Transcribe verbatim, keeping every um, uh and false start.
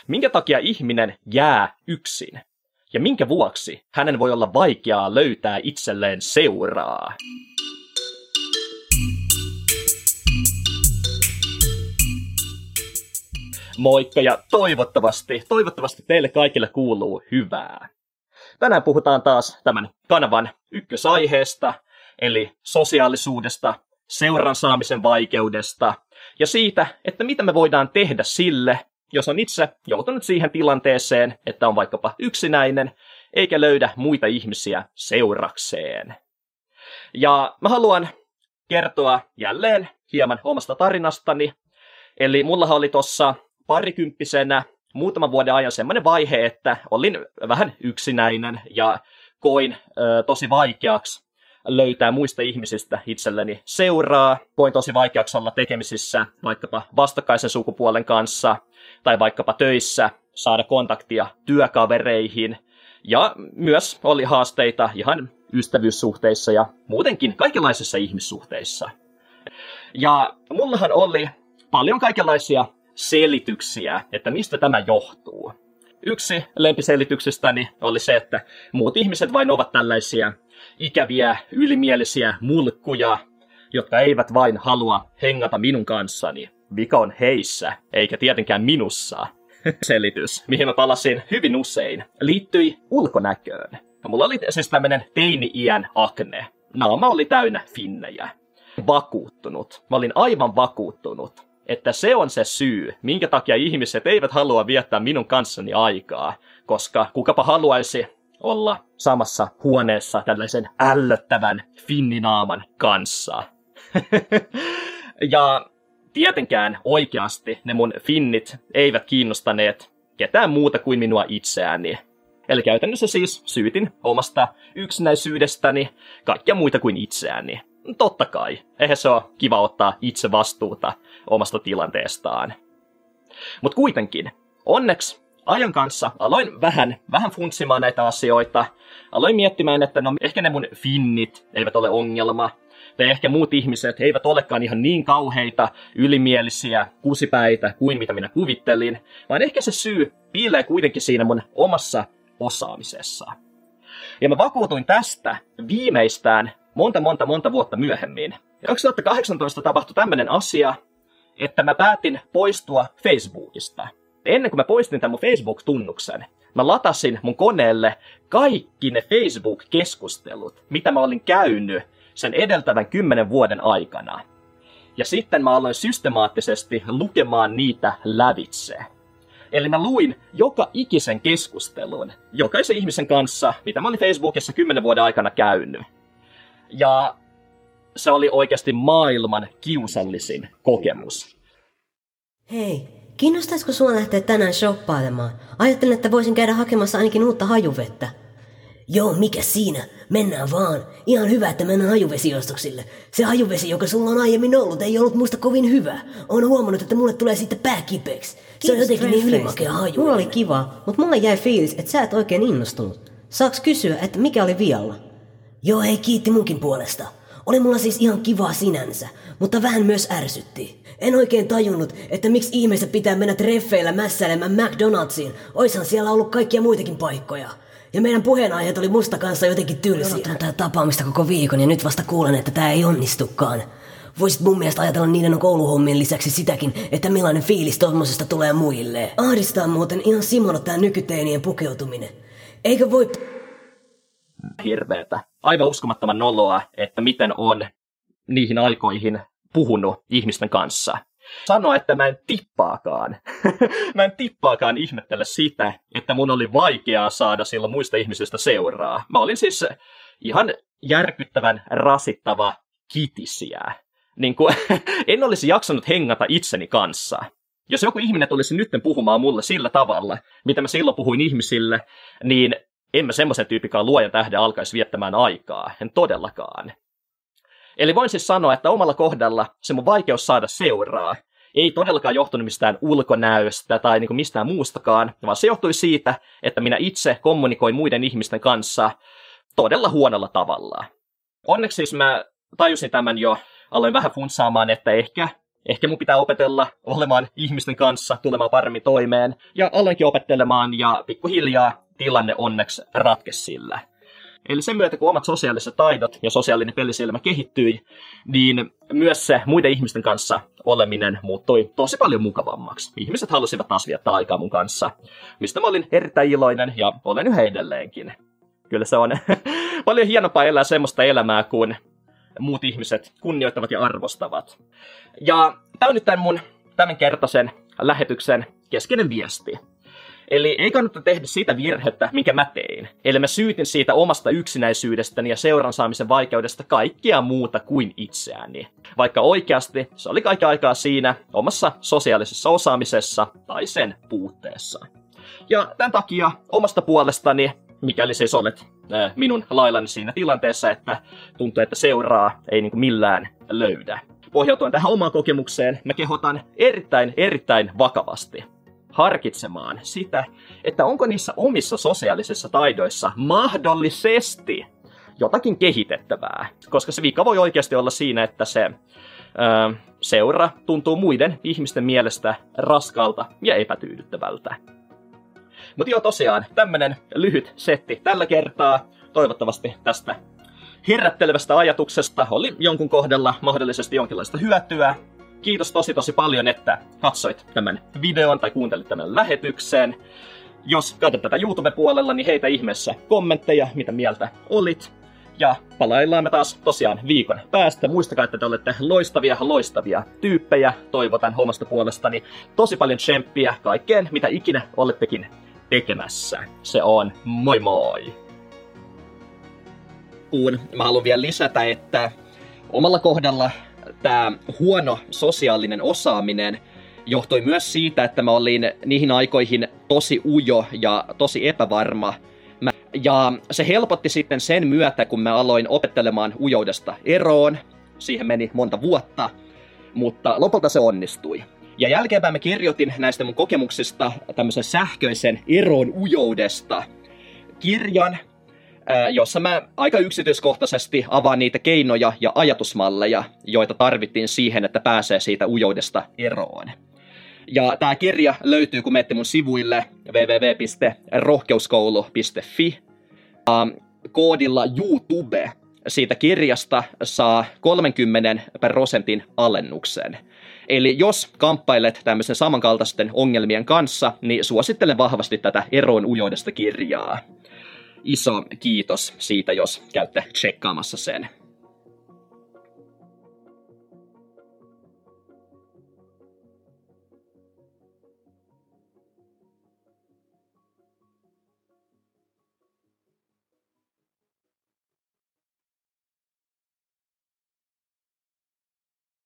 Minkä takia ihminen jää yksin? Ja minkä vuoksi hänen voi olla vaikeaa löytää itselleen seuraa? Moikka ja toivottavasti, toivottavasti teille kaikille kuuluu hyvää. Tänään puhutaan taas tämän kanavan ykkösaiheesta, eli sosiaalisuudesta, seuran saamisen vaikeudesta ja siitä, että mitä me voidaan tehdä sille, jos on itse joutunut siihen tilanteeseen, että on vaikkapa yksinäinen, eikä löydä muita ihmisiä seurakseen. Ja mä haluan kertoa jälleen hieman omasta tarinastani. Eli mullahan oli tossa parikymppisenä muutaman vuoden ajan semmoinen vaihe, että olin vähän yksinäinen ja koin ö, tosi vaikeaksi löytää muista ihmisistä itselleni seuraa. Koin tosi vaikeaksi olla tekemisissä vaikkapa vastakkaisen sukupuolen kanssa tai vaikkapa töissä saada kontaktia työkavereihin. Ja myös oli haasteita ihan ystävyyssuhteissa ja muutenkin kaikenlaisissa ihmissuhteissa. Ja mullahan oli paljon kaikenlaisia selityksiä, että mistä tämä johtuu. Yksi lempiselityksistäni oli se, että muut ihmiset vain ovat tällaisia ikäviä, ylimielisiä mulkkuja, jotka eivät vain halua hengata minun kanssani. Vika on heissä, eikä tietenkään minussa. Selitys, mihin mä palasin hyvin usein, liittyi ulkonäköön. Mulla oli siis tämmönen teini-iän akne. Naama oli täynnä finnejä. Vakuuttunut. Mä olin aivan vakuuttunut, että se on se syy, minkä takia ihmiset eivät halua viettää minun kanssani aikaa, koska kukapa haluaisi olla samassa huoneessa tällaisen ällöttävän finninaaman kanssa. Ja tietenkään oikeasti ne mun finnit eivät kiinnostaneet ketään muuta kuin minua itseäni. Eli käytännössä siis syytin omasta yksinäisyydestäni kaikkia muita kuin itseäni. Totta kai, eihän se ole kiva ottaa itse vastuuta omasta tilanteestaan. Mutta kuitenkin, onneksi ajan kanssa aloin vähän, vähän funtsimaan näitä asioita. Aloin miettimään, että no ehkä ne mun finnit eivät ole ongelma. Tai ehkä muut ihmiset eivät olekaan ihan niin kauheita, ylimielisiä, kusipäitä kuin mitä minä kuvittelin. Vaan ehkä se syy piilee kuitenkin siinä mun omassa osaamisessa. Ja mä vakuutuin tästä viimeistään monta, monta, monta vuotta myöhemmin. Ja kaksituhattakahdeksantoista tapahtui tämmöinen asia, että mä päätin poistua Facebookista. Ennen kuin mä poistin tämän mun Facebook-tunnuksen, mä latasin mun koneelle kaikki ne Facebook-keskustelut, mitä mä olin käynyt sen edeltävän kymmenen vuoden aikana. Ja sitten mä aloin systemaattisesti lukemaan niitä lävitse. Eli mä luin joka ikisen keskustelun, jokaisen ihmisen kanssa, mitä mä olin Facebookissa kymmenen vuoden aikana käynyt. Ja se oli oikeasti maailman kiusallisin kokemus. Hei, kiinnostaisiko sua lähteä tänään shoppailemaan? Ajattelin, että voisin käydä hakemassa ainakin uutta hajuvettä. Joo, mikä siinä? Mennään vaan. Ihan hyvä, että mennään hajuvesiostoksille. Se hajuvesi, joka sulla on aiemmin ollut, ei ollut musta kovin hyvä. Oon huomannut, että mulle tulee siitä pää kipeäksi. Se on jotenkin niin ylimakea haju. Mulla oli kiva, mutta mulle jäi fiilis, että sä et oikein innostunut. Saaks kysyä, että mikä oli vialla? Joo, hei, kiitti munkin puolesta. Oli mulla siis ihan kivaa sinänsä, mutta vähän myös ärsytti. En oikein tajunnut, että miksi ihmeessä pitää mennä treffeillä mässäilemään McDonald'siin. Oishan siellä ollut kaikkia muitakin paikkoja. Ja meidän puheenaiheet oli musta kanssa jotenkin tylsiä. Odotan tää tapaamista koko viikon ja nyt vasta kuulen, että tää ei onnistukaan. Voisit mun mielestä ajatella niiden kouluhommien lisäksi sitäkin, että millainen fiilis tommosesta tulee muille. Ahdistaa muuten ihan Simona tää nykyteinien pukeutuminen. Eikö voi... Hirveetä. Aivan uskomattoman noloa, että miten on niihin aikoihin puhunut ihmisten kanssa. Sanoa, että mä en tippaakaan. mä en tippaakaan ihmettele sitä, että mun oli vaikeaa saada silloin muista ihmisistä seuraa. Mä olin siis ihan järkyttävän rasittava kitisiä. Niin kuin, en olisi jaksanut hengata itseni kanssa. Jos joku ihminen tulisi nyt puhumaan mulle sillä tavalla, mitä mä silloin puhuin ihmisille, niin en mä semmoisen tyyppikaan luojan tähden alkaisi viettämään aikaa. En todellakaan. Eli voin siis sanoa, että omalla kohdalla se mun vaikeus saada seuraa ei todellakaan johtunut mistään ulkonäöstä tai niin kuin mistään muustakaan, vaan se johtui siitä, että minä itse kommunikoin muiden ihmisten kanssa todella huonolla tavalla. Onneksi siis mä tajusin tämän jo, aloin vähän funtsaamaan, että ehkä ehkä mun pitää opetella olemaan ihmisten kanssa, tulemaan paremmin toimeen. Ja aloinkin opettelemaan ja pikkuhiljaa tilanne onneksi ratkesi sillä. Eli sen myötä, kun omat sosiaaliset taidot ja sosiaalinen pelisilmä kehittyi, niin myös se muiden ihmisten kanssa oleminen muuttui tosi paljon mukavammaksi. Ihmiset halusivat taas viettää aikaa mun kanssa, mistä mä olin erittäin iloinen ja olen yhä edelleenkin. Kyllä se on paljon hienompaa elää semmoista elämää, kun muut ihmiset kunnioittavat ja arvostavat. Ja tämä on nyt tämän mun tämänkertaisen lähetyksen keskeinen viesti. Eli ei kannata tehdä siitä virhettä, minkä mä tein. Eli mä syytin siitä omasta yksinäisyydestäni ja seuran saamisen vaikeudesta kaikkea muuta kuin itseäni. Vaikka oikeasti se oli kaiken aikaa siinä omassa sosiaalisessa osaamisessa tai sen puutteessa. Ja tämän takia omasta puolestani, mikäli siis olet äh, minun laillani siinä tilanteessa, että tuntuu, että seuraa ei niin kuin millään löydä. Pohjautuen tähän omaan kokemukseen, mä kehotan erittäin, erittäin vakavasti harkitsemaan sitä, että onko niissä omissa sosiaalisissa taidoissa mahdollisesti jotakin kehitettävää. Koska se vika voi oikeasti olla siinä, että se ö, seura tuntuu muiden ihmisten mielestä raskalta ja epätyydyttävältä. Mutta joo, tosiaan, tämmönen lyhyt setti tällä kertaa. Toivottavasti tästä herättelevästä ajatuksesta oli jonkun kohdalla mahdollisesti jonkinlaista hyötyä. Kiitos tosi tosi paljon, että katsoit tämän videon tai kuuntelit tämän lähetyksen. Jos katsot tätä YouTube-puolella, niin heitä ihmeessä kommentteja, mitä mieltä olit. Ja palaillaan me taas tosiaan viikon päästä. Muistakaa, että te olette loistavia, loistavia tyyppejä. Toivotan omasta puolestani tosi paljon tsemppiä kaikkeen, mitä ikinä olettekin tekemässä. Se on moi moi! Uun, mä haluan vielä lisätä, että omalla kohdalla tämä huono sosiaalinen osaaminen johtui myös siitä, että mä olin niihin aikoihin tosi ujo ja tosi epävarma. Mä, ja se helpotti sitten sen myötä, kun mä aloin opettelemaan ujoudesta eroon. Siihen meni monta vuotta, mutta lopulta se onnistui. Ja jälkeenpäin mä kirjoitin näistä mun kokemuksista tämmöisen sähköisen eroon ujoudesta kirjan, jossa mä aika yksityiskohtaisesti avaan niitä keinoja ja ajatusmalleja, joita tarvittiin siihen, että pääsee siitä ujoudesta eroon. Ja tää kirja löytyy, kun menette mun sivuille double-u double-u double-u piste rohkeuskoulu piste fi. Koodilla YouTube siitä kirjasta saa kolmenkymmenen prosentin alennuksen. Eli jos kamppailet tämmöisen samankaltaisten ongelmien kanssa, niin suosittelen vahvasti tätä eroon ujoudesta kirjaa. Iso kiitos siitä, jos käytte tsekkaamassa sen.